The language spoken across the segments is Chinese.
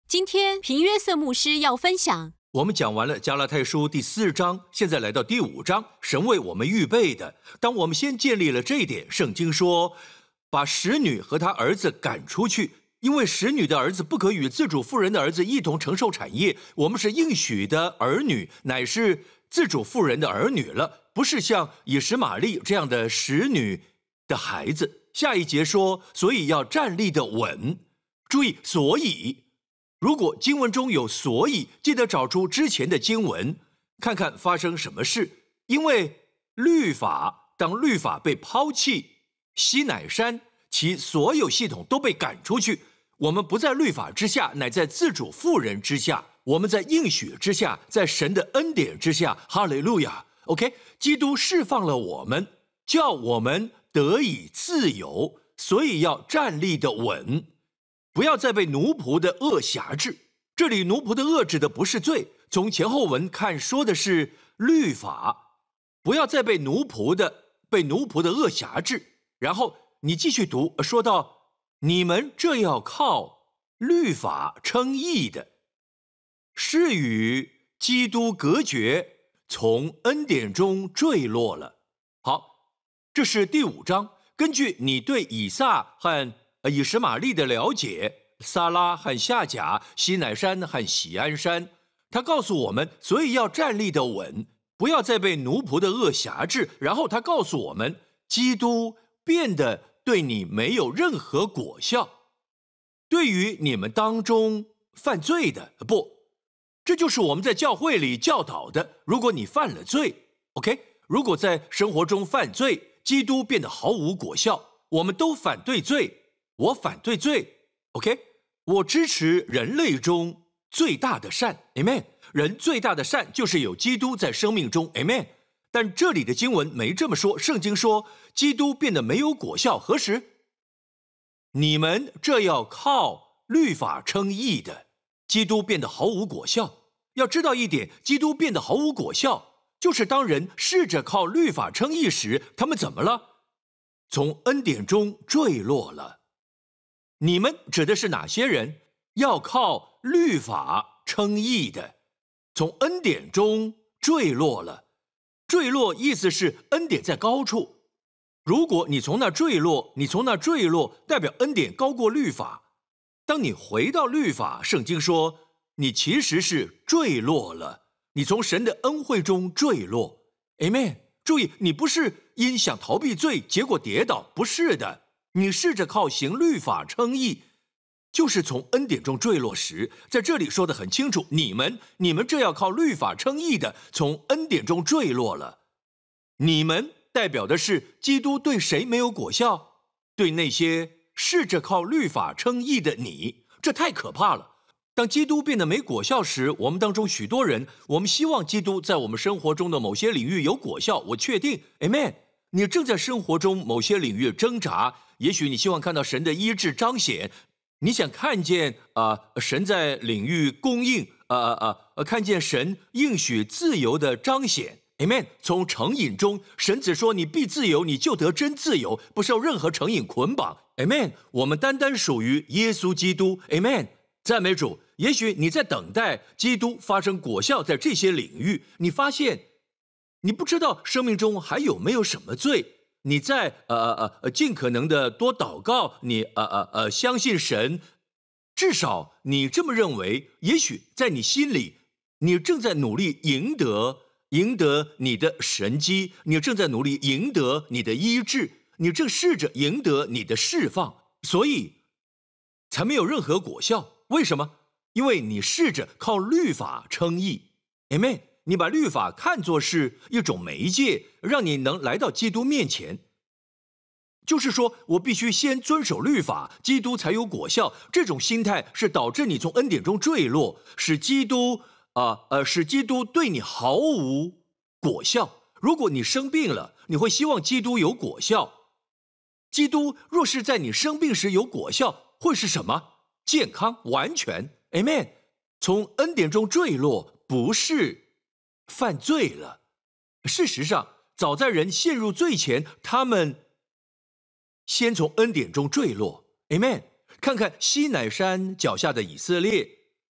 今天平约瑟牧师要分享， 我们讲完了加拉太书第4章，现在来到第5章，神为我们预备的。当我们先建立了这一点，圣经说，把使女和她儿子赶出去，因为使女的儿子不可与自主妇人的儿子一同承受产业。我们是应许的儿女，乃是自主妇人的儿女了，不是像以实玛利这样的使女的孩子。下一节说，所以要站立的稳。注意，所以如果经文中有所以，记得找出之前的经文，看看发生什么事。因为律法，当律法被抛弃，西乃山其所有系统都被赶出去，我们不在律法之下，乃在自主妇人之下，我们在应许之下，在神的恩典之下。哈利路亚 OK， 基督释放了我们，叫我们得以自由，所以要站立的稳，不要再被奴仆的恶辖制。这里奴仆的恶指的不是罪，从前后文看说的是律法，不要再被奴仆的恶辖制。然后你继续读，说到你们这要靠律法称义的，是与基督隔绝，从恩典中坠落了。好，这是第5章。根据你对以撒和以实玛利的了解，撒拉和夏甲，西乃山和喜安山，他告诉我们，所以要站立的稳，不要再被奴仆的恶辖制。然后他告诉我们，基督变得对你没有任何果效。对于你们当中犯罪的，不，这就是我们在教会里教导的。如果你犯了罪 ，OK， 如果在生活中犯罪，基督变得毫无果效。我们都反对罪，我反对罪 ，OK， 我支持人类中最大的善 ，Amen。人最大的善就是有基督在生命中 ，Amen。但这里的经文没这么说，圣经说基督变得没有果效，何时？你们这要靠律法称义的，基督变得毫无果效。要知道一点，基督变得毫无果效，就是当人试着靠律法称义时，他们怎么了？从恩典中坠落了。你们指的是哪些人？要靠律法称义的，从恩典中坠落了。坠落意思是恩典在高处。如果你从那坠落，代表恩典高过律法。当你回到律法，圣经说你其实是坠落了，你从神的恩惠中坠落。 Amen。 注意，你不是因想逃避罪结果跌倒，不是的，你试着靠行律法称义，就是从恩典中坠落时，在这里说得很清楚，你们这要靠律法称义的，从恩典中坠落了。你们代表的是基督对谁没有果效？对那些试着靠律法称义的你，这太可怕了。当基督变得没果效时，我们当中许多人，我们希望基督在我们生活中的某些领域有果效。我确定 Amen， 你正在生活中某些领域挣扎，也许你希望看到神的医治彰显，你想看见神在领域供应，看见神应许自由的彰显。 Amen。 从成瘾中，神只说你必自由，你就得真自由，不受任何成瘾捆绑。 Amen。 我们单单属于耶稣基督。 Amen。 赞美主。也许你在等待基督发生果效，在这些领域，你发现你不知道生命中还有没有什么罪。你在尽可能的多祷告，你相信神，至少你这么认为。也许在你心里，你正在努力赢得你的神迹，你正在努力赢得你的医治，你正试着赢得你的释放，所以才没有任何果效。为什么？因为你试着靠律法称义。 Amen。 你把律法看作是一种媒介，让你能来到基督面前，就是说我必须先遵守律法，基督才有果效。这种心态是导致你从恩典中坠落，使基督对你毫无果效。如果你生病了，你会希望基督有果效。基督若是在你生病时有果效，会是什么？健康，完全。 Amen。 从恩典中坠落，不是犯罪了。事实上，早在人陷入罪前，他们先从恩典中坠落。 Amen。 看看西乃山脚下的以色列，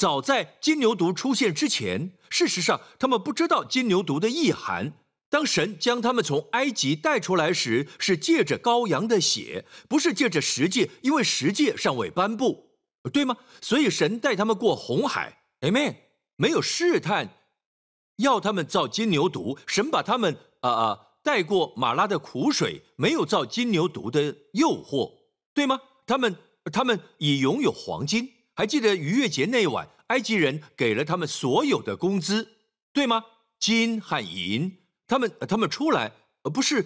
早在金牛犊出现之前，事实上他们不知道金牛犊的意涵。当神将他们从埃及带出来时，是借着羔羊的血，不是借着十诫，因为十诫尚未颁布，对吗？所以神带他们过红海 ，Amen， 没有试探，要他们造金牛犊。神把他们带过马拉的苦水，没有造金牛犊的诱惑，对吗？他们已拥有黄金，还记得逾越节那晚，埃及人给了他们所有的工资，对吗？金和银。他们出来，不是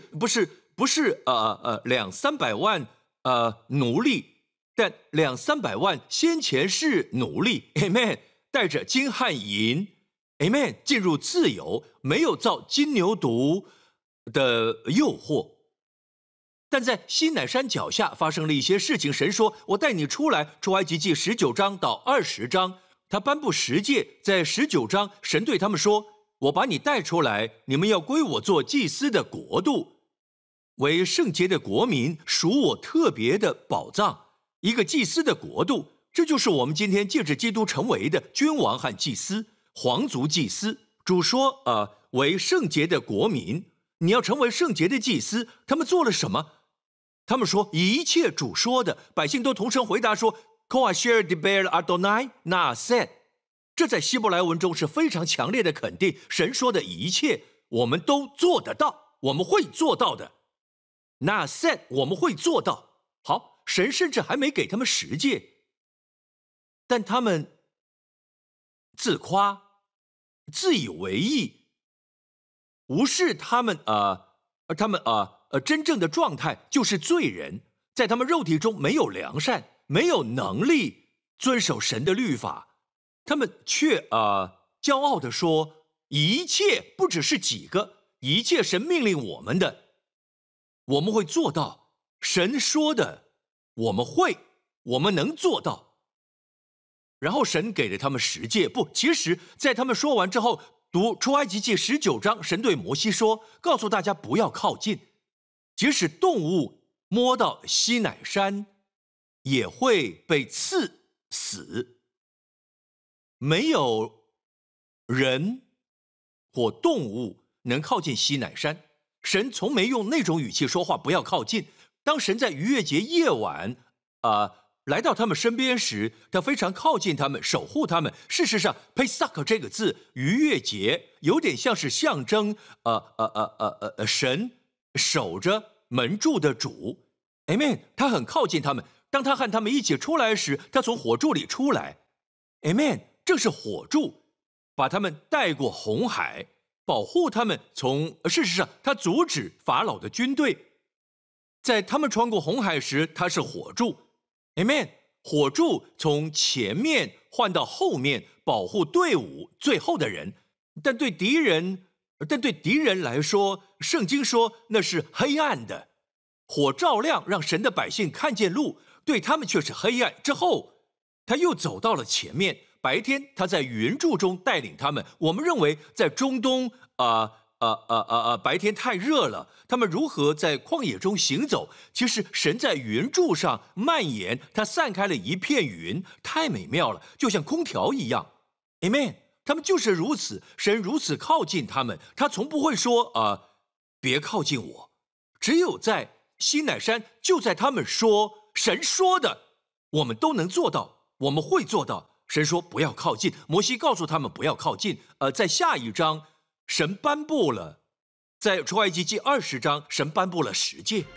200-300万奴隶，但200-300万先前是奴隶 ，Amen， 带着金和银 ，Amen， 进入自由，没有造金牛犊的诱惑。但在西乃山脚下发生了一些事情，神说：“我带你出来。”出埃及记19章到20章，他颁布十诫，在19章，神对他们说：“我把你带出来，你们要归我做祭司的国度，为圣洁的国民，属我特别的宝藏，一个祭司的国度。这就是我们今天借着基督成为的君王和祭司，皇族祭司。主说，为圣洁的国民，你要成为圣洁的祭司。他们做了什么？他们说一切主说的，百姓都同声回答说 Kol asher diber Adonai na'aseh。这在希伯来文中是非常强烈的肯定，神说的一切我们都做得到，我们会做到的。那 said 我们会做到。好，神甚至还没给他们十诫，但他们自夸、自以为意，无视他们真正的状态就是罪人，在他们肉体中没有良善，没有能力遵守神的律法。他们却骄傲地说，一切不只是几个，一切神命令我们的，我们会做到。神说的，我们能做到。然后神给了他们十诫。不，其实在他们说完之后，读出埃及记19章，神对摩西说，告诉大家不要靠近，即使动物摸到西乃山，也会被刺死。没有人或动物能靠近西乃山，神从没用那种语气说话，不要靠近。当神在逾越节夜晚来到他们身边时，他非常靠近他们，守护他们。事实上 Pesach 这个字，逾越节有点像是象征神守着门柱的主 Amen， 他很靠近他们。当他和他们一起出来时，他从火柱里出来 Amen，正是火柱把他们带过红海，保护他们事实上，他阻止法老的军队。在他们穿过红海时，他是火柱 Amen， 火柱从前面换到后面，保护队伍最后的人。但对敌人来说，圣经说那是黑暗的。火照亮，让神的百姓看见路，对他们却是黑暗。之后他又走到了前面，白天他在云柱中带领他们。我们认为在中东白天太热了，他们如何在旷野中行走？其实神在云柱上蔓延，他散开了一片云，太美妙了，就像空调一样 Amen。 他们就是如此，神如此靠近他们，他从不会说别靠近我。只有在西乃山，就在他们说神说的，我们都能做到，我们会做到。神说不要靠近，摩西告诉他们不要靠近。在下一章，神颁布了，在出埃及记20章，神颁布了十诫。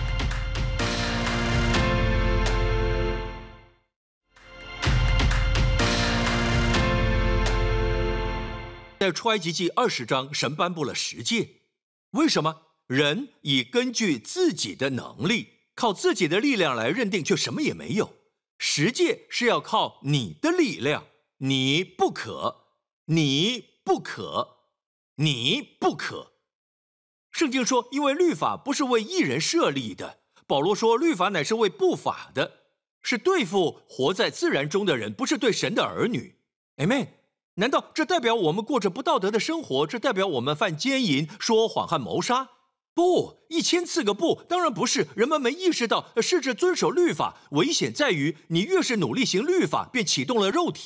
在出埃及记20章，神颁布了十诫。为什么？人以根据自己的能力，靠自己的力量来认定，却什么也没有。十诫是要靠你的力量，你不可，你不可，你不可。圣经说，因为律法不是为义人设立的。保罗说，律法乃是为不法的，是对付活在自然中的人，不是对神的儿女。Amen。难道这代表我们过着不道德的生活？这代表我们犯奸淫、说谎和谋杀？不，1000次个不，当然不是。人们没意识到，试着遵守律法，危险在于你越是努力行律法，便启动了肉体。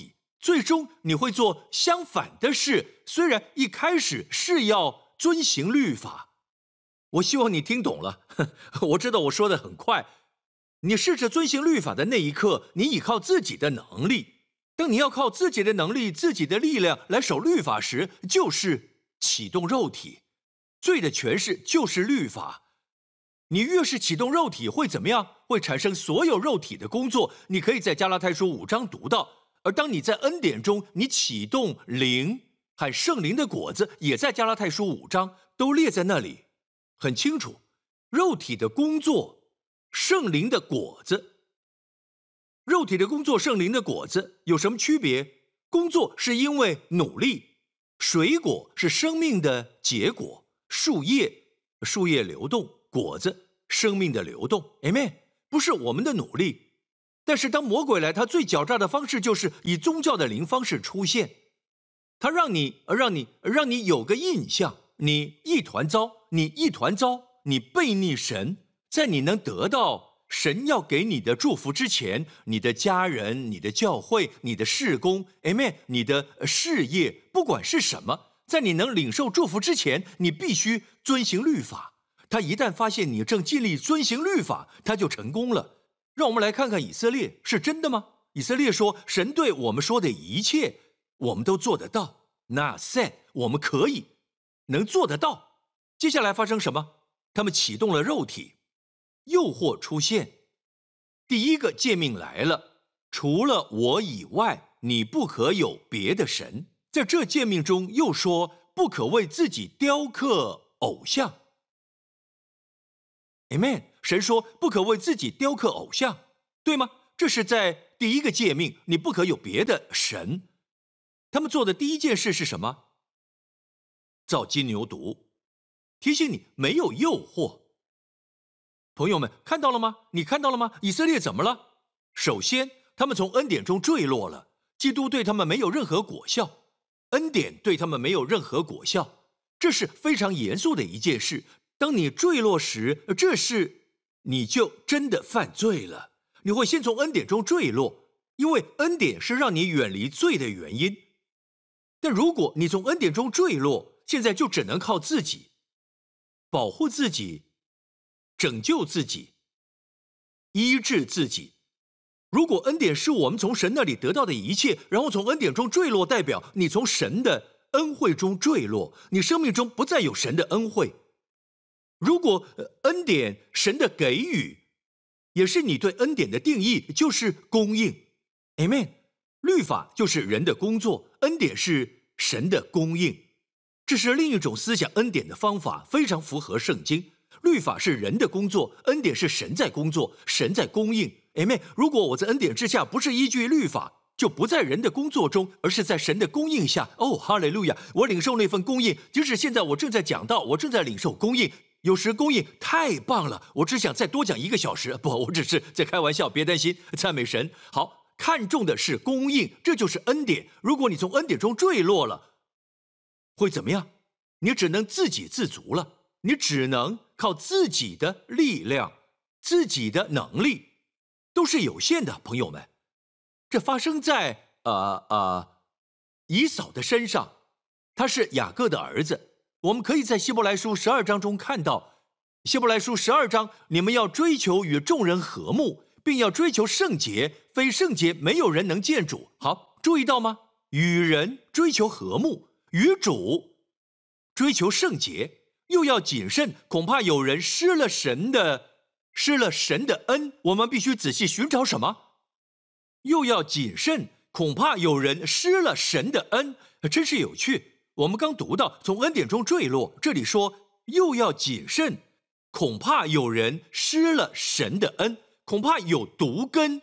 最终你会做相反的事。虽然一开始是要遵行律法，我希望你听懂了。我知道我说的很快。你试着遵行律法的那一刻，你依靠自己的能力。当你要靠自己的能力、自己的力量来守律法时，就是启动肉体。罪的诠释就是律法。你越是启动肉体，会怎么样？会产生所有肉体的工作。你可以在加拉太书5章读到。而当你在恩典中，你启动灵和圣灵的果子，也在加拉太书5章都列在那里，很清楚。肉体的工作，圣灵的果子。肉体的工作，圣灵的果子有什么区别？工作是因为努力，水果是生命的结果，树叶流动，果子生命的流动。Amen， 不是我们的努力。但是当魔鬼来，他最狡诈的方式就是以宗教的灵方式出现，他让你有个印象，你一团糟，你背逆神。在你能得到神要给你的祝福之前，你的家人、你的教会、你的事工 Amen， 你的事业，不管是什么，在你能领受祝福之前，你必须遵行律法。他一旦发现你正尽力遵行律法，他就成功了。让我们来看看以色列是真的吗？以色列说，神对我们说的一切，我们都做得到。那 said， 我们能做得到。接下来发生什么？他们启动了肉体，诱惑出现。第一个诫命来了，除了我以外，你不可有别的神。在这诫命中又说，不可为自己雕刻偶像。Amen， 神说不可为自己雕刻偶像，对吗？这是在第一个诫命，你不可有别的神。他们做的第一件事是什么？造金牛犊，提醒你没有诱惑。朋友们，看到了吗？你看到了吗？以色列怎么了？首先，他们从恩典中坠落了，基督对他们没有任何果效，恩典对他们没有任何果效，这是非常严肃的一件事。当你坠落时，这是你就真的犯罪了。你会先从恩典中坠落，因为恩典是让你远离罪的原因。但如果你从恩典中坠落，现在就只能靠自己保护自己、拯救自己、医治自己。如果恩典是我们从神那里得到的一切，然后从恩典中坠落，代表你从神的恩惠中坠落，你生命中不再有神的恩惠。如果恩典，神的给予，也是你对恩典的定义，就是供应。Amen。律法就是人的工作，恩典是神的供应。这是另一种思想恩典的方法，非常符合圣经。律法是人的工作，恩典是神在工作，神在供应。Amen。如果我在恩典之下不是依据律法，就不在人的工作中，而是在神的供应下。哦，哈利路亚！我领受那份供应，即使现在我正在讲道，我正在领受供应。有时供应太棒了，我只想再多讲1个小时。不，我只是在开玩笑，别担心，赞美神。好，看重的是供应，这就是恩典。如果你从恩典中坠落了，会怎么样？你只能自给自足了，你只能靠自己的力量、自己的能力，都是有限的，朋友们。这发生在以扫的身上，他是雅各的儿子。我们可以在希伯来书12章中看到，希伯来书12章，你们要追求与众人和睦，并要追求圣洁，非圣洁没有人能见主。好，注意到吗？与人追求和睦，与主追求圣洁，又要谨慎，恐怕有人失了神的恩。我们必须仔细寻找什么？又要谨慎，恐怕有人失了神的恩。真是有趣。我们刚读到从恩典中坠落，这里说又要谨慎，恐怕有人失了神的恩，恐怕有毒根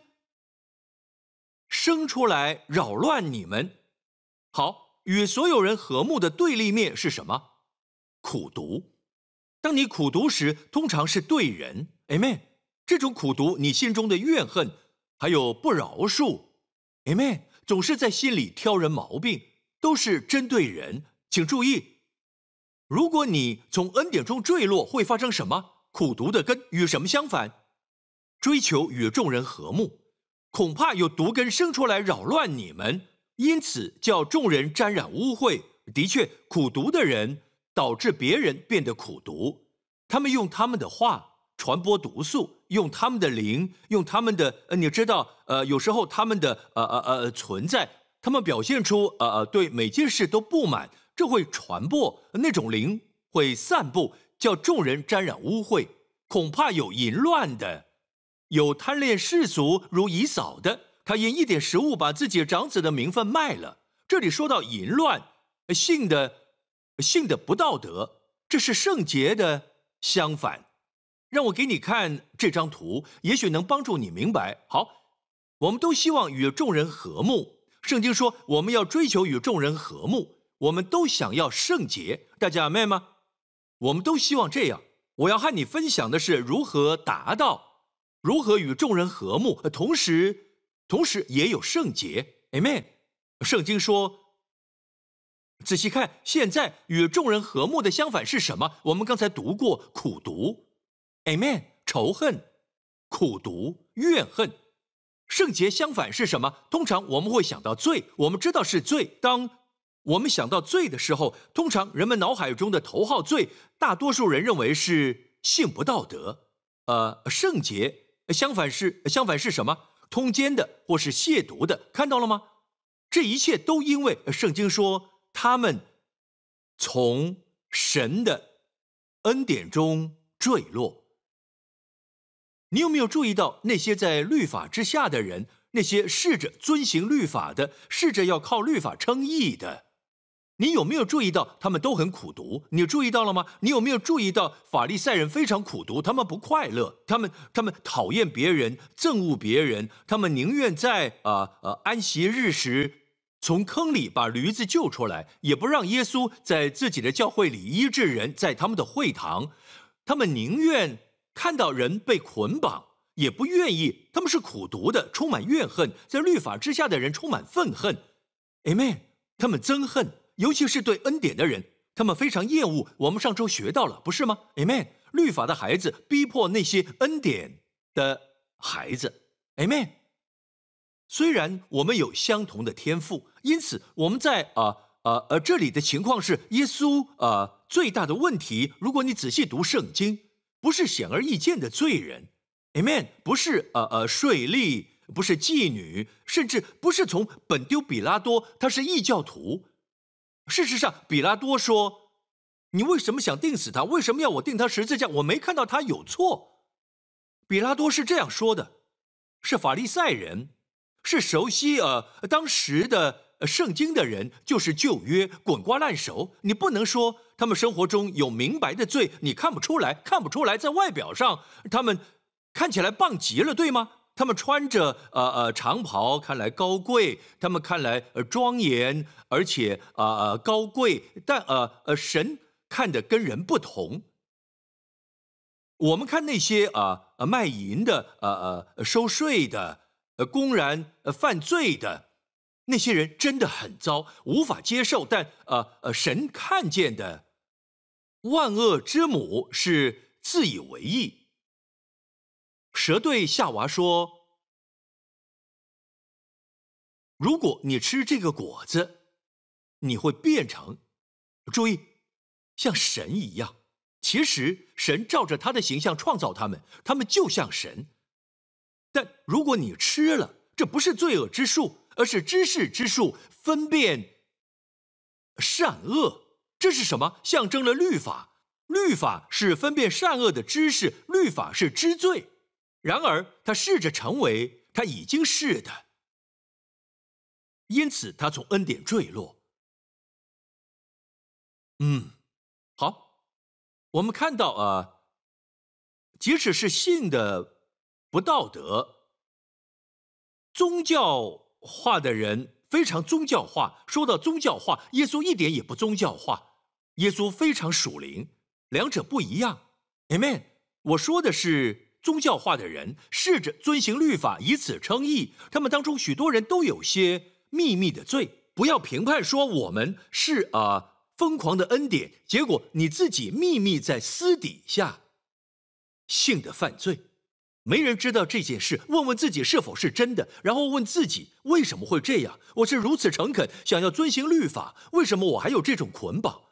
生出来扰乱你们。好，与所有人和睦的对立面是什么？苦毒。当你苦毒时，通常是对人。Amen。这种苦毒，你心中的怨恨还有不饶恕 Amen， 总是在心里挑人毛病，都是针对人。请注意，如果你从恩典中坠落，会发生什么？苦毒的根与什么相反？追求与众人和睦，恐怕有毒根生出来扰乱你们。 因此叫众人沾染污秽。的确，苦读的人导致别人变得苦读，他们用他们的话传播毒素，用他们的灵，用他们的你知道有时候他们的存在，他们表现出对每件事都不满，这会传播，那种灵会散布，叫众人沾染污秽。恐怕有淫乱的，有贪恋世俗如以扫的，他因一点食物把自己长子的名分卖了。这里说到淫乱，性的不道德，这是圣洁的相反。让我给你看这张图，也许能帮助你明白。好，我们都希望与众人和睦。圣经说我们要追求与众人和睦，我们都想要圣洁。大家阿们吗？我们都希望这样。我要和你分享的是如何达到，如何与众人和睦，同时也有圣洁。Amen。圣经说，仔细看，现在与众人和睦的相反是什么？我们刚才读过苦毒。Amen。仇恨、苦毒、怨恨。圣洁相反是什么？通常我们会想到罪，我们知道是罪。当我们想到罪的时候，通常人们脑海中的头号罪，大多数人认为是性不道德。圣洁相反是什么？通奸的或是亵渎的，看到了吗？这一切都因为圣经说他们从神的恩典中坠落。你有没有注意到那些在律法之下的人，那些试着遵行律法的，试着要靠律法称义的，你有没有注意到他们都很苦读？你注意到了吗？你有没有注意到法利赛人非常苦读，他们不快乐，他们讨厌别人，憎恶别人，他们宁愿在安息日时从坑里把驴子救出来，也不让耶稣在自己的教会里医治人，在他们的会堂，他们宁愿看到人被捆绑，也不愿意，他们是苦读的，充满怨恨，在律法之下的人充满愤恨。Amen。他们憎恨，尤其是对恩典的人，他们非常厌恶。我们上周学到了，不是吗 ？Amen。律法的孩子逼迫那些恩典的孩子 ，Amen。虽然我们有相同的天赋，因此我们在这里的情况是，耶稣最大的问题，如果你仔细读圣经，不是显而易见的罪人 ，Amen。不是税吏，不是妓女，甚至不是从本丢比拉多，他是异教徒。事实上，比拉多说：“你为什么想钉死他？为什么要我钉他十字架？我没看到他有错。”比拉多是这样说的，是法利赛人，是熟悉当时的圣经的人，就是旧约滚瓜烂熟。你不能说他们生活中有明白的罪，你看不出来，在外表上他们看起来棒极了，对吗？他们穿着长袍，看来高贵；他们看来庄严，而且高贵。但神看的跟人不同。我们看那些卖淫的、收税的、公然犯罪的那些人，真的很糟，无法接受。但神看见的万恶之母是自以为义。蛇对夏娃说：“如果你吃这个果子，你会变成，注意，像神一样。其实神照着他的形象创造他们，他们就像神。但如果你吃了，这不是罪恶之树，而是知识之树，分辨善恶。这是什么？象征了律法。律法是分辨善恶的知识，律法是知罪。然而他试着成为他已经是的，因此他从恩典坠落。好，我们看到即使是性的不道德，宗教化的人非常宗教化。说到宗教化，耶稣一点也不宗教化，耶稣非常属灵，两者不一样。Amen。我说的是宗教化的人试着遵行律法，以此称义。他们当中许多人都有些秘密的罪。不要评判说我们是疯狂的恩典，结果你自己秘密在私底下性的犯罪。 没人知道这件事，问问自己是否是真的，然后问自己为什么会这样？我是如此诚恳，想要遵行律法，为什么我还有这种捆绑？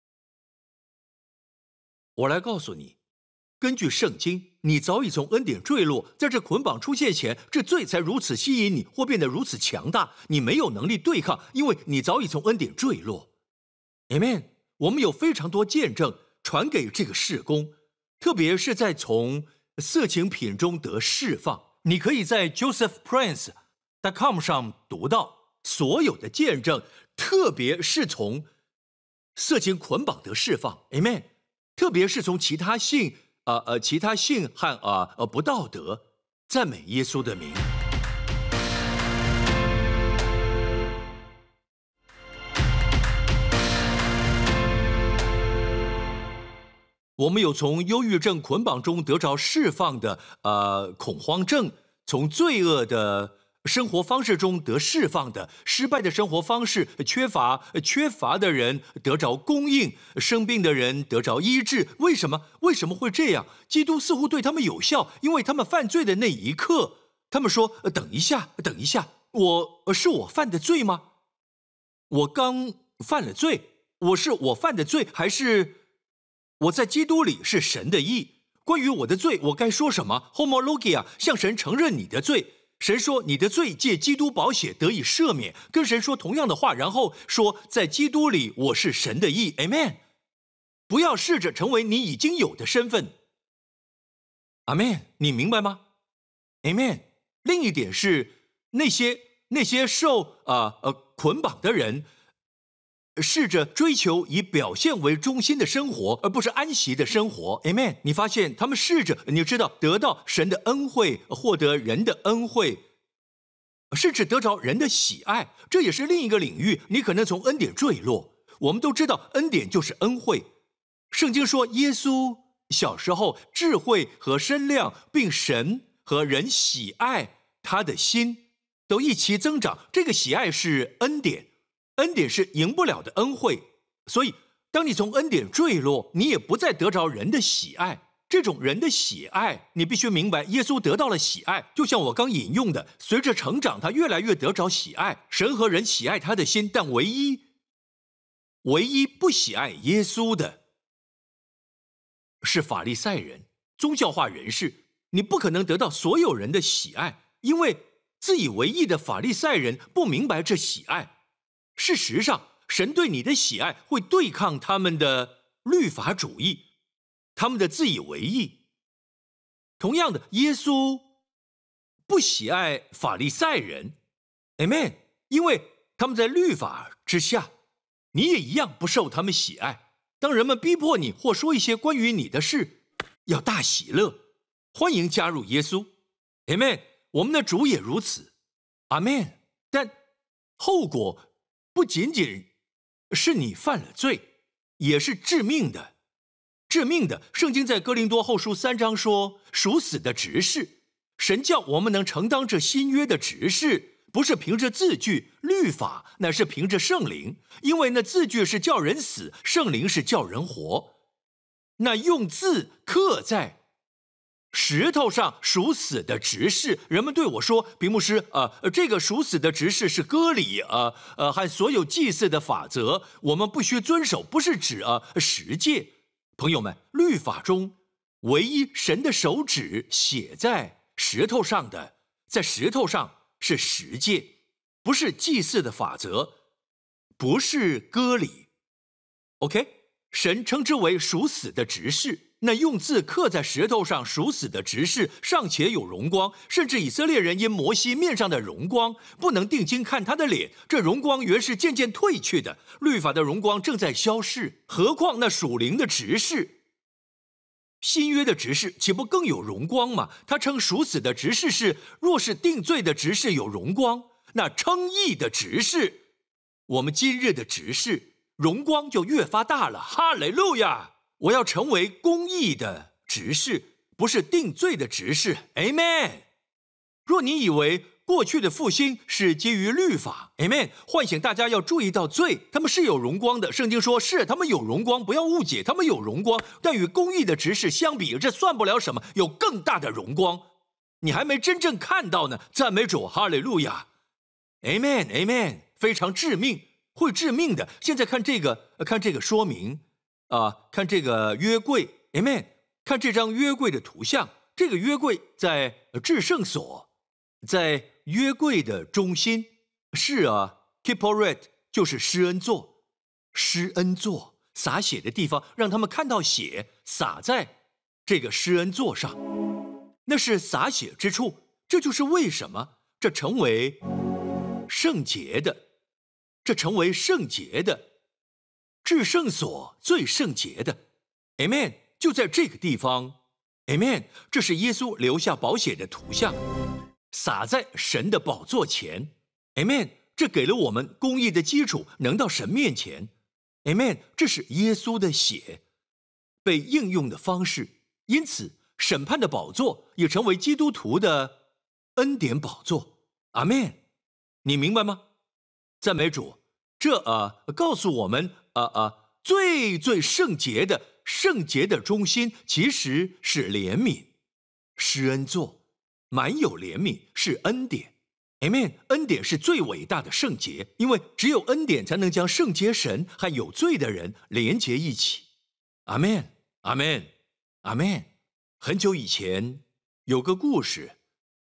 我来告诉你，根据圣经，你早已从恩典坠落，在这捆绑出现前，这罪才如此吸引你，或变得如此强大，你没有能力对抗，因为你早已从恩典坠落。Amen。我们有非常多见证传给这个事工，特别是在从色情品中得释放。你可以在 josephprince.com 上读到所有的见证，特别是从色情捆绑得释放。Amen。特别是从其他性和不道德。赞美耶稣的名。我们有从忧郁症捆绑中得着释放的恐慌症，从罪恶的生活方式中得释放的，失败的生活方式，缺乏的人得着供应，生病的人得着医治。为什么会这样？基督似乎对他们有效，因为他们犯罪的那一刻，他们说：“等一下，我犯的罪吗？我刚犯了罪，我犯的罪，还是我在基督里是神的义？关于我的罪，我该说什么 ？Homologia， 向神承认你的罪。神说你的罪借基督宝血得以赦免，跟神说同样的话，然后说在基督里我是神的义 ，Amen。不要试着成为你已经有的身份 ，Amen。你明白吗 ？Amen。另一点是那些受捆绑的人，试着追求以表现为中心的生活，而不是安息的生活 ，Amen。你发现他们试着，你知道得到神的恩惠，获得人的恩惠，甚至得着人的喜爱，这也是另一个领域。你可能从恩典坠落。我们都知道恩典就是恩惠。圣经说耶稣小时候智慧和身量，并神和人喜爱他的心都一起增长，这个喜爱是恩典。恩典是赢不了的恩惠，所以当你从恩典坠落，你也不再得着人的喜爱。这种人的喜爱，你必须明白，耶稣得到了喜爱，就像我刚引用的，随着成长，他越来越得着喜爱。神和人喜爱他的心，但唯一不喜爱耶稣的是法利赛人、宗教化人士。你不可能得到所有人的喜爱，因为自以为义的法利赛人不明白这喜爱。事实上，神对你的喜爱会对抗他们的律法主义，他们的自以为义。同样的，耶稣不喜爱法利赛人 ，Amen， 因为他们在律法之下，你也一样不受他们喜爱。当人们逼迫你或说一些关于你的事，要大喜乐，欢迎加入耶稣 ，Amen。我们的主也如此 ，Amen。但后果不仅仅是你犯了罪，也是致命的。圣经在哥林多后书3章说，属死的执事，神叫我们能承当这新约的执事，不是凭着字句律法，乃是凭着圣灵。因为那字句是叫人死，圣灵是叫人活。那用字刻在石头上属死的执事，人们对我说：“比牧师，这个属死的执事是割礼，和所有祭祀的法则，我们不需遵守，不是指十诫。”朋友们，律法中唯一神的手指写在石头上的，在石头上是十诫，不是祭祀的法则，不是割礼。OK， 神称之为属死的执事。那用字刻在石头上属死的执事尚且有荣光，甚至以色列人因摩西面上的荣光不能定睛看他的脸，这荣光原是渐渐褪去的，律法的荣光正在消逝，何况那属灵的执事，新约的执事岂不更有荣光吗？他称属死的执事是，若是定罪的执事有荣光，那称义的执事，我们今日的执事荣光就越发大了。哈利路亚！我要成为公义的执事，不是定罪的执事 ，Amen。若你以为过去的复兴是基于律法 ，Amen， 唤醒大家要注意到罪，他们是有荣光的。圣经说是他们有荣光，不要误解，他们有荣光，但与公义的执事相比，这算不了什么，有更大的荣光。 你还没真正看到呢。赞美主，哈利路亚 ，Amen Amen， 非常致命，会致命的。现在看这个说明看这个约柜 ，Amen， 看这张约柜的图像。这个约柜在至圣所，在约柜的中心是Kipporet， 就是施恩座，施恩座洒血的地方，让他们看到血洒在这个施恩座上，那是洒血之处。这就是为什么这成为圣洁的，这成为圣洁的至圣所，最圣洁的 ，Amen， 就在这个地方。Amen， 这是耶稣留下宝血的图像，洒在神的宝座前。Amen， 这给了我们公义的基础，能到神面前。Amen， 这是耶稣的血被应用的方式，因此审判的宝座也成为基督徒的恩典宝座。Amen， 你明白吗？赞美主，这告诉我们最圣洁的中心其实是怜悯，施恩座满有怜悯，是恩典。Amen， 恩典是最伟大的圣洁，因为只有恩典才能将圣洁神和有罪的人连结一起。Amen， Amen， Amen。很久以前有个故事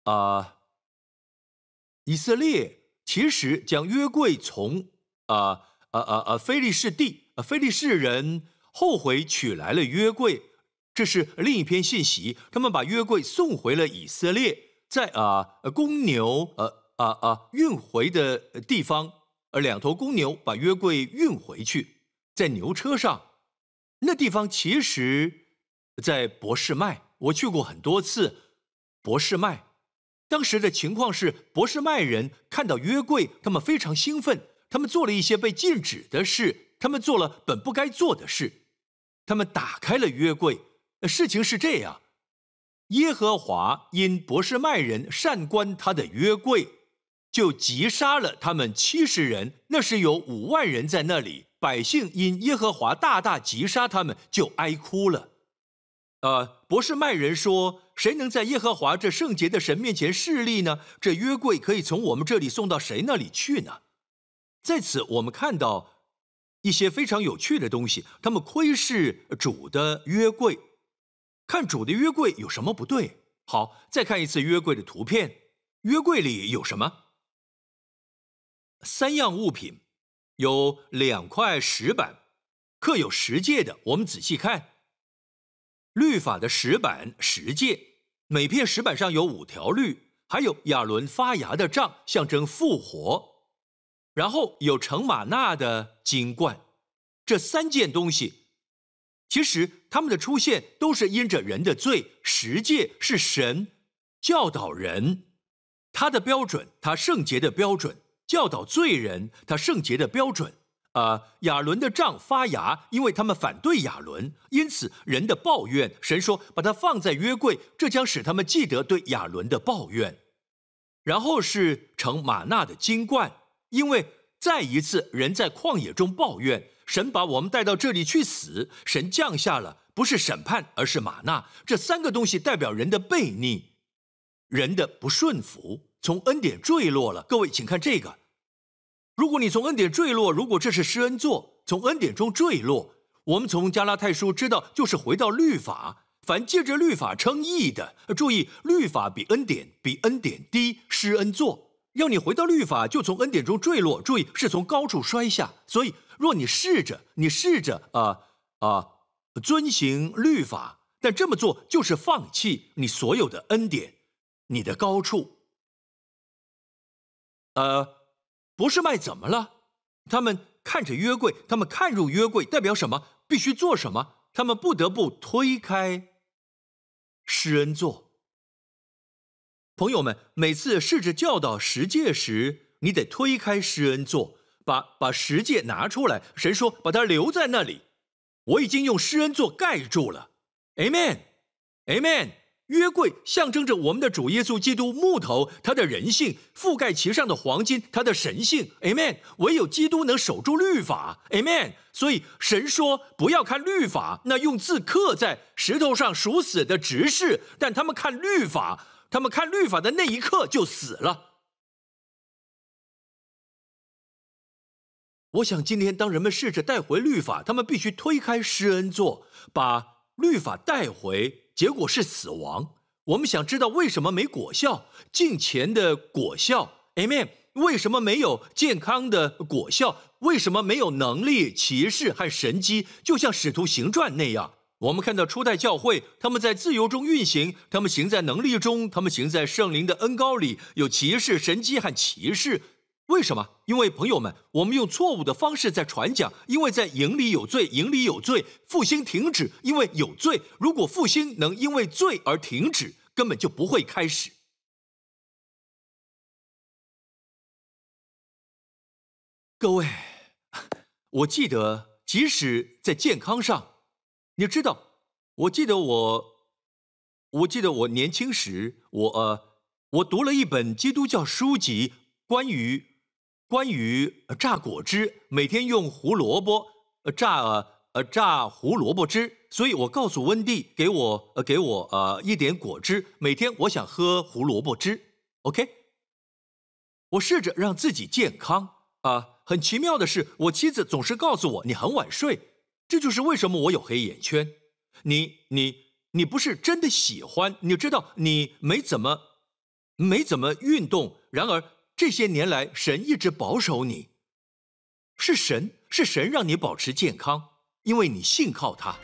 以色列其实将约柜从非利士人后悔取来了约柜，这是另一篇信息。他们把约柜送回了以色列，在公牛运回的地方，2头公牛把约柜运回去，在牛车上。那地方其实在伯示麦，我去过很多次伯示麦。当时的情况是，伯示麦人看到约柜，他们非常兴奋，他们做了一些被禁止的事，他们做了本不该做的事。他们打开了约柜，事情是这样：耶和华因伯示麦人擅观他的约柜，就击杀了他们70人。那时有5万人在那里，百姓因耶和华大大击杀他们，就哀哭了。伯示麦人说：谁能在耶和华这圣洁的神面前侍立呢？这约柜可以从我们这里送到谁那里去呢？在此我们看到一些非常有趣的东西，他们窥视主的约柜，看主的约柜有什么不对。好，再看一次约柜的图片。约柜里有什么？3样物品，有2块石板，刻有十诫的。我们仔细看，律法的石板10诫，每片石板上有5条律，还有亚伦发芽的杖，象征复活。然后有盛玛纳的金冠。这3件东西，其实他们的出现都是因着人的罪。10诫是神教导人他的标准，他圣洁的标准，教导罪人他圣洁的标准。亚伦的杖发芽，因为他们反对亚伦，因此人的抱怨，神说把它放在约柜，这将使他们记得对亚伦的抱怨。然后是盛玛纳的金冠，因为再一次人在旷野中抱怨，神把我们带到这里去死，神降下了不是审判，而是玛纳。这3个东西代表人的悖逆，人的不顺服，从恩典坠落了。各位请看这个，如果你从恩典坠落，如果这是施恩座，从恩典中坠落，我们从加拉太书知道，就是回到律法。凡借着律法称义的，注意，律法比恩典低，施恩座。要你回到律法，就从恩典中坠落。注意，是从高处摔下。所以，若你试着遵行律法，但这么做就是放弃你所有的恩典，你的高处。伯示麦怎么了？他们看着约柜，他们看入约柜，代表什么？必须做什么？他们不得不推开施恩座。朋友们，每次试着教导10诫时，你得推开施恩座，把10诫拿出来。神说把它留在那里，我已经用施恩座盖住了。 Amen Amen。 约柜象征着我们的主耶稣基督，木头他的人性，覆盖其上的黄金他的神性。 Amen。 唯有基督能守住律法。 Amen。 所以神说不要看律法，那用字刻在石头上属死的执事，但他们看律法， 他们看律法的那一刻就死了。我想今天当人们试着带回律法，他们必须推开施恩座，把律法带回，结果是死亡。我们想知道为什么没果效，敬虔的果效 ，Amen。为什么没有健康的果效？为什么没有能力、奇事和神迹？就像使徒行传那样，我们看到初代教会，他们在自由中运行，他们行在能力中，他们行在圣灵的恩膏里，有奇事、神迹和奇事。为什么？因为朋友们，我们用错误的方式在传讲，因为在营里有罪，营里有罪，复兴停止，因为有罪。如果复兴能因为罪而停止，根本就不会开始。各位，我记得，即使在健康上，你知道，我记得我年轻时，我读了一本基督教书籍，关于榨果汁，每天用胡萝卜榨胡萝卜汁，所以我告诉温蒂给我一点果汁，每天我想喝胡萝卜汁。OK， 我试着让自己健康很奇妙的是，我妻子总是告诉我你很晚睡，这就是为什么我有黑眼圈。你不是真的喜欢，你知道你没怎么运动，然而这些年来神一直保守你，是神让你保持健康，因为你信靠他。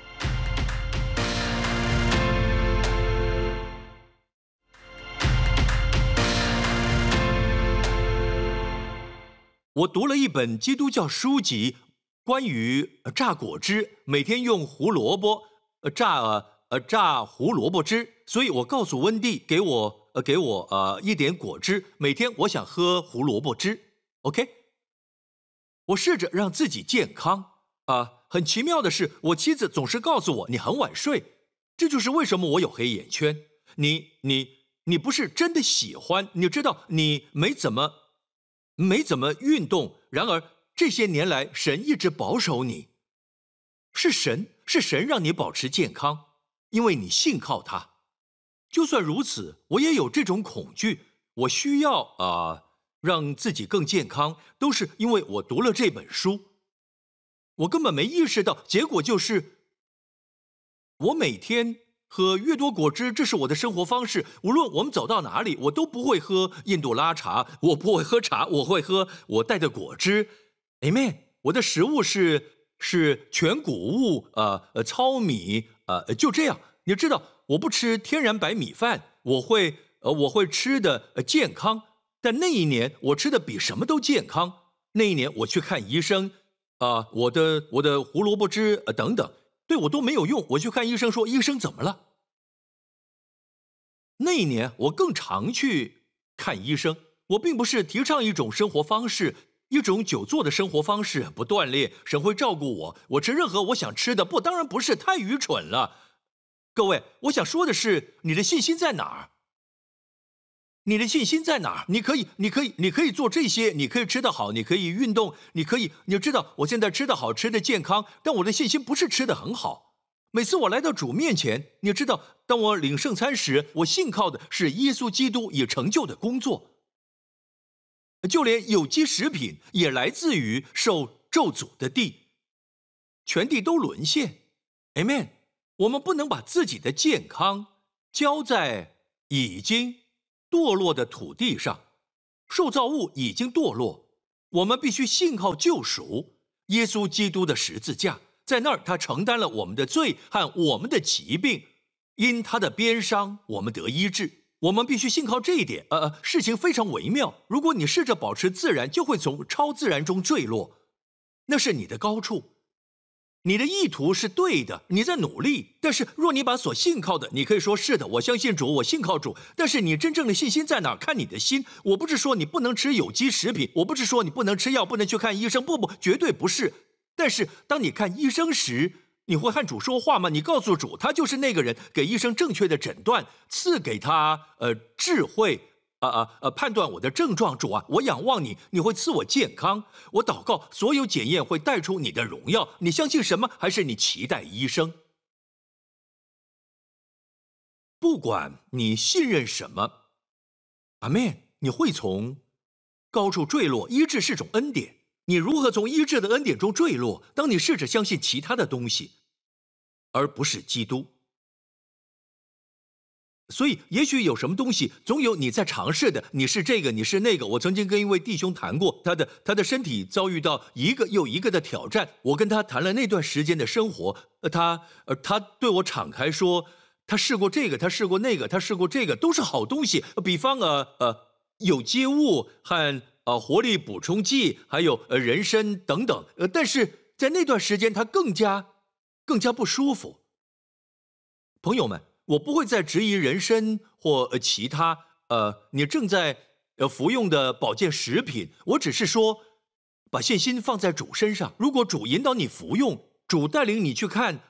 我读了一本基督教书籍，关于榨果汁，每天用胡萝卜榨胡萝卜汁，所以我告诉温蒂给我一点果汁，每天我想喝胡萝卜汁。OK， 我试着让自己健康很奇妙的是，我妻子总是告诉我你很晚睡，这就是为什么我有黑眼圈。你不是真的喜欢，你知道你没怎么运动，然而这些年来神一直保守你，是神让你保持健康，因为你信靠他。就算如此，我也有这种恐惧，我需要让自己更健康，都是因为我读了这本书。我根本没意识到，结果就是我每天喝越多果汁，这是我的生活方式。无论我们走到哪里，我都不会喝印度拉茶，我不会喝茶，我会喝我带的果汁。Amen。我的食物是全谷物，糙米，就这样。你知道，我不吃天然白米饭，我会吃的健康。但那一年我吃的比什么都健康。那一年我去看医生，我的胡萝卜汁等等。对我都没有用，我去看医生说，医生怎么了？那一年我更常去看医生。我并不是提倡一种生活方式，一种久坐的生活方式，不锻炼，神会照顾我。我吃任何我想吃的，当然不是，太愚蠢了。各位，我想说的是，你的信心在哪儿？你的信心在哪儿？你可以做这些，你可以吃得好，你可以运动，你知道我现在吃得好，吃得健康，但我的信心不是吃得很好。每次我来到主面前，你知道，当我领圣餐时，我信靠的是耶稣基督已成就的工作。就连有机食品也来自于受咒诅的地，全地都沦陷。Amen。我们不能把自己的健康交在已经堕落的土地上，受造物已经堕落，我们必须信靠救赎，耶稣基督的十字架，在那儿他承担了我们的罪和我们的疾病，因他的鞭伤我们得医治。我们必须信靠这一点。事情非常微妙，如果你试着保持自然，就会从超自然中坠落，那是你的高处。你的意图是对的，你在努力，但是若你把所信靠的，你可以说是的，我相信主，我信靠主，但是你真正的信心在哪儿？看你的心。我不是说你不能吃有机食品，我不是说你不能吃药，不能去看医生，不，绝对不是。但是当你看医生时，你会和主说话吗？你告诉主，他就是那个人，给医生正确的诊断，赐给他智慧，判断我的症状。主啊，我仰望你，你会赐我健康。我祷告，所有检验会带出你的荣耀。你相信什么？还是你期待医生？ 不管你信任什么，阿们，你会从高处坠落。医治是种恩典，你如何从医治的恩典中坠落？当你试着相信其他的东西，而不是基督。所以也许有什么东西总有你在尝试的，你是这个，你是那个。我曾经跟一位弟兄谈过，他的身体遭遇到一个又一个的挑战，我跟他谈了那段时间的生活，他对我敞开说，他试过这个，他试过那个，他试过这个，都是好东西，比方有机物和活力补充剂，还有人参等等，但是在那段时间他更加不舒服。朋友们，我不会再质疑人参或其他你正在服用的保健食品，我只是说把信心放在主身上。如果主引导你服用，主带领你去看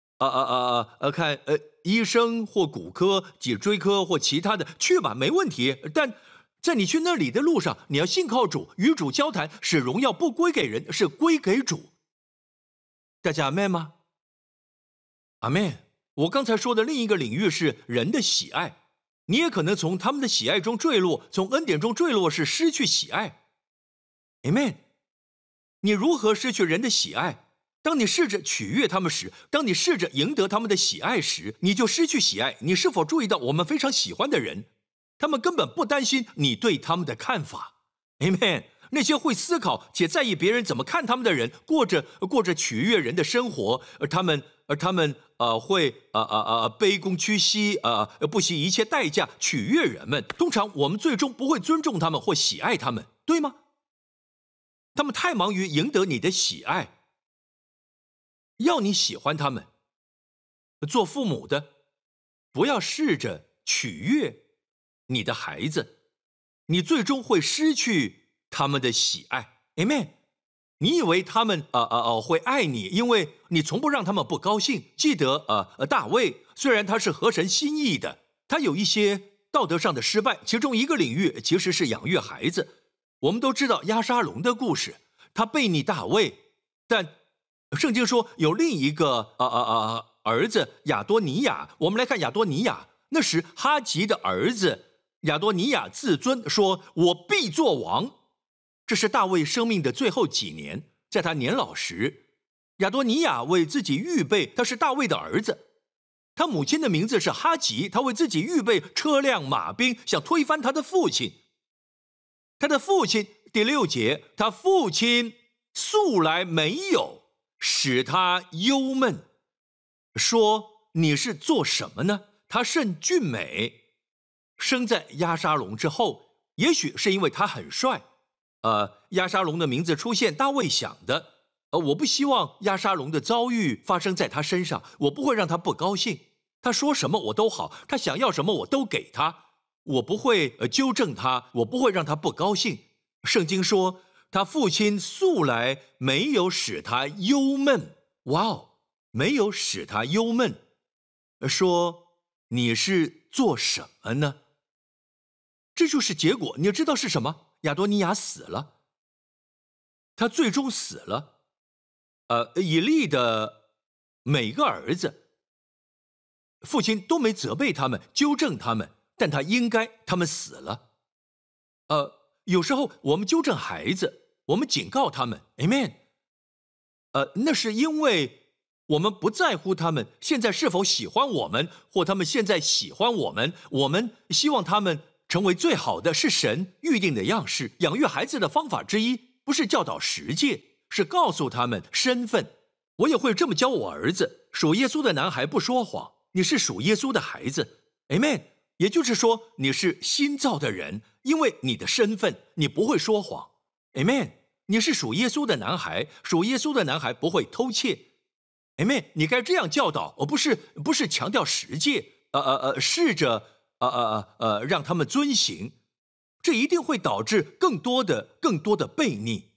医生或骨科、脊椎科或其他的，去吧，没问题。但在你去那里的路上，你要信靠主，与主交谈，使荣耀不归给人，是归给主。大家阿们吗？阿们。我刚才说的另一个领域是人的喜爱，你也可能从他们的喜爱中坠落，从恩典中坠落是失去喜爱。Amen。你如何失去人的喜爱？当你试着取悦他们时，当你试着赢得他们的喜爱时，你就失去喜爱。你是否注意到我们非常喜欢的人，他们根本不担心你对他们的看法。Amen。那些会思考且在意别人怎么看他们的人，过着取悦人的生活，而他们会卑躬屈膝，不惜一切代价取悦人们。通常我们最终不会尊重他们或喜爱他们，对吗？他们太忙于赢得你的喜爱，要你喜欢他们。做父母的，不要试着取悦你的孩子，你最终会失去他们的喜爱。 Amen。 你以为他们会爱你，因为你从不让他们不高兴。记得大卫虽然他是合神心意的，他有一些道德上的失败，其中一个领域其实是养育孩子。我们都知道押沙龙的故事，他背逆大卫，但圣经说有另一个儿子亚多尼亚。我们来看亚多尼亚，那时哈吉的儿子亚多尼亚自尊说，我必作王。这是大卫生命的最后几年，在他年老时，亚多尼亚为自己预备，他是大卫的儿子，他母亲的名字是哈吉，他为自己预备车辆马兵，想推翻他的父亲。他的父亲，第6节，他父亲素来没有使他忧闷，说你是做什么呢？他甚俊美，生在押沙龙之后，也许是因为他很帅。押沙龙的名字出现，大卫想的，我不希望押沙龙的遭遇发生在他身上，我不会让他不高兴。他说什么我都好，他想要什么我都给他，我不会纠正他，我不会让他不高兴。圣经说，他父亲素来没有使他忧闷。哇哦，没有使他忧闷，说你是做什么呢？这就是结果，你知道是什么？亚多尼亚死了，他最终死了。以利的每个儿子，父亲都没责备他们，纠正他们，但他们死了。有时候我们纠正孩子，我们警告他们 ，Amen。那是因为我们不在乎他们现在是否喜欢我们，或他们现在喜欢我们，我们希望他们成为最好的，是神预定的样式。养育孩子的方法之一，不是教导实践，是告诉他们身份。我也会这么教我儿子，属耶稣的男孩不说谎，你是属耶稣的孩子 ，Amen。 也就是说，你是新造的人，因为你的身份，你不会说谎 ，Amen。 你是属耶稣的男孩，属耶稣的男孩不会偷窃 ，Amen。 你该这样教导，而不是强调实践，试着让他们遵行，这一定会导致更多的悖逆。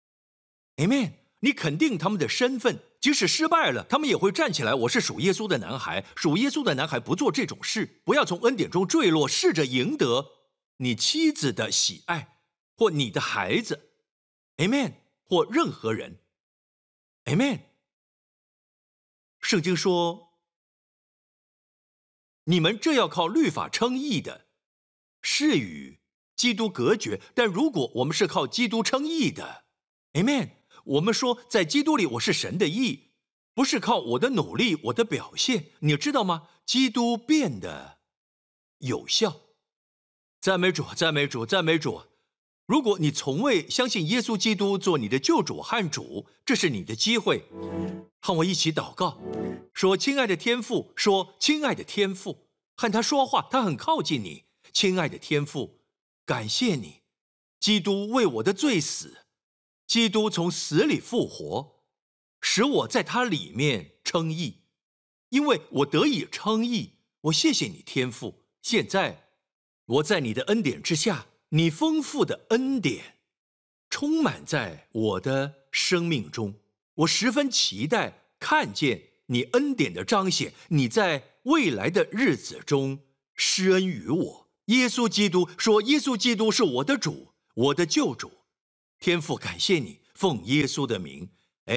Amen。 你肯定他们的身份，即使失败了，他们也会站起来，我是属耶稣的男孩，属耶稣的男孩不做这种事。不要从恩典中坠落，试着赢得你妻子的喜爱，或你的孩子 Amen， 或任何人 Amen。 圣经说， 你们这要靠律法称义的，是与基督隔绝。但如果我们是靠基督称义的 ，Amen。我们说在基督里我是神的义，不是靠我的努力、我的表现，你知道吗？基督变得有效。赞美主，赞美主，赞美主！如果你从未相信耶稣基督做你的救主和主，这是你的机会。和我一起祷告，说：亲爱的天父，说：亲爱的天父，和他说话，他很靠近你。亲爱的天父，感谢你，基督为我的罪死，基督从死里复活，使我在他里面称义。因为我得以称义，我谢谢你，天父。现在我在你的恩典之下，你丰富的恩典充满在我的生命中，我十分期待看见你恩典的彰显，你在未来的日子中施恩于我。耶稣基督说：耶稣基督是我的主，我的救主。天父，感谢你，奉耶稣的名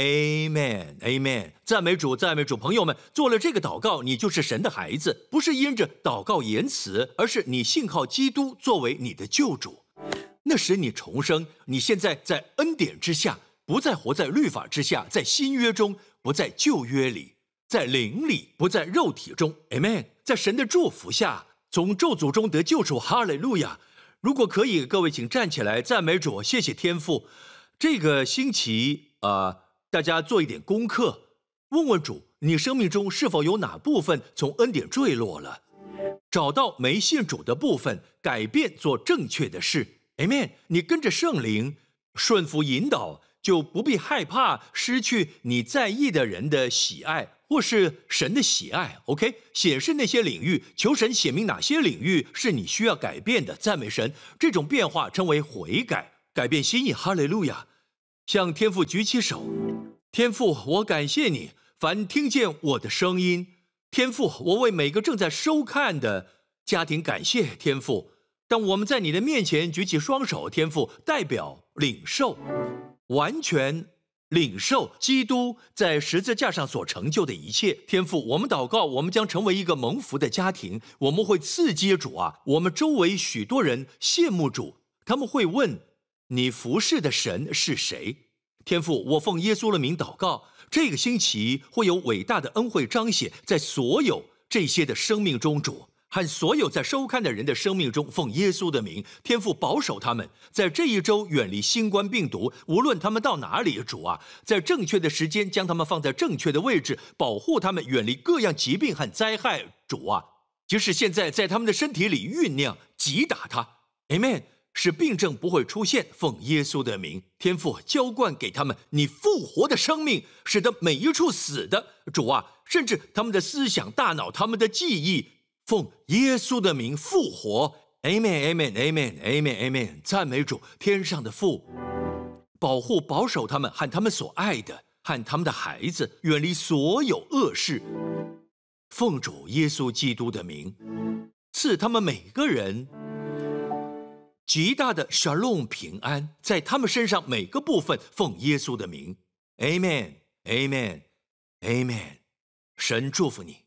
Amen Amen。 赞美主，赞美主！朋友们，做了这个祷告，你就是神的孩子，不是因着祷告言辞，而是你信靠基督作为你的救主，那使你重生。你现在在恩典之下，不再活在律法之下，在新约中，不在旧约里，在灵里，不在肉体中 Amen。 在神的祝福下，从咒诅中得救赎，哈利路亚！如果可以，各位请站起来赞美主，谢谢天父。这个星期大家做一点功课，问问主，你生命中是否有哪部分从恩典坠落了？找到没信主的部分，改变做正确的事 Amen。 你跟着圣灵顺服引导，就不必害怕失去你在意的人的喜爱，或是神的喜爱 OK。 显示那些领域，求神显明哪些领域是你需要改变的。赞美神，这种变化称为悔改，改变心意，哈利路亚！向天父举起手，天父，我感谢你，凡听见我的声音，天父，我为每个正在收看的家庭感谢天父。当我们在你的面前举起双手，天父，代表领受，完全领受基督在十字架上所成就的一切。天父，我们祷告，我们将成为一个蒙福的家庭，我们会刺激主啊！我们周围许多人羡慕主，他们会问，你服侍的神是谁？天父，我奉耶稣的名祷告，这个星期会有伟大的恩惠彰显在所有这些的生命中，主，和所有在收看的人的生命中，奉耶稣的名，天父保守他们，在这一周远离新冠病毒，无论他们到哪里，主啊，在正确的时间将他们放在正确的位置，保护他们远离各样疾病和灾害，主啊，即使现在在他们的身体里酝酿击打他 Amen， 使病症不会出现，奉耶稣的名，天父浇灌给他们你复活的生命，使得每一处死的，主啊，甚至他们的思想大脑，他们的记忆，奉耶稣的名复活 Amen Amen Amen Amen Amen。 赞美主，天上的父保护保守他们和他们所爱的，和他们的孩子，远离所有恶事，奉主耶稣基督的名赐他们每个人极大的 Shalom 平安，在他们身上每个部分，奉耶稣的名 Amen Amen Amen。 神祝福你。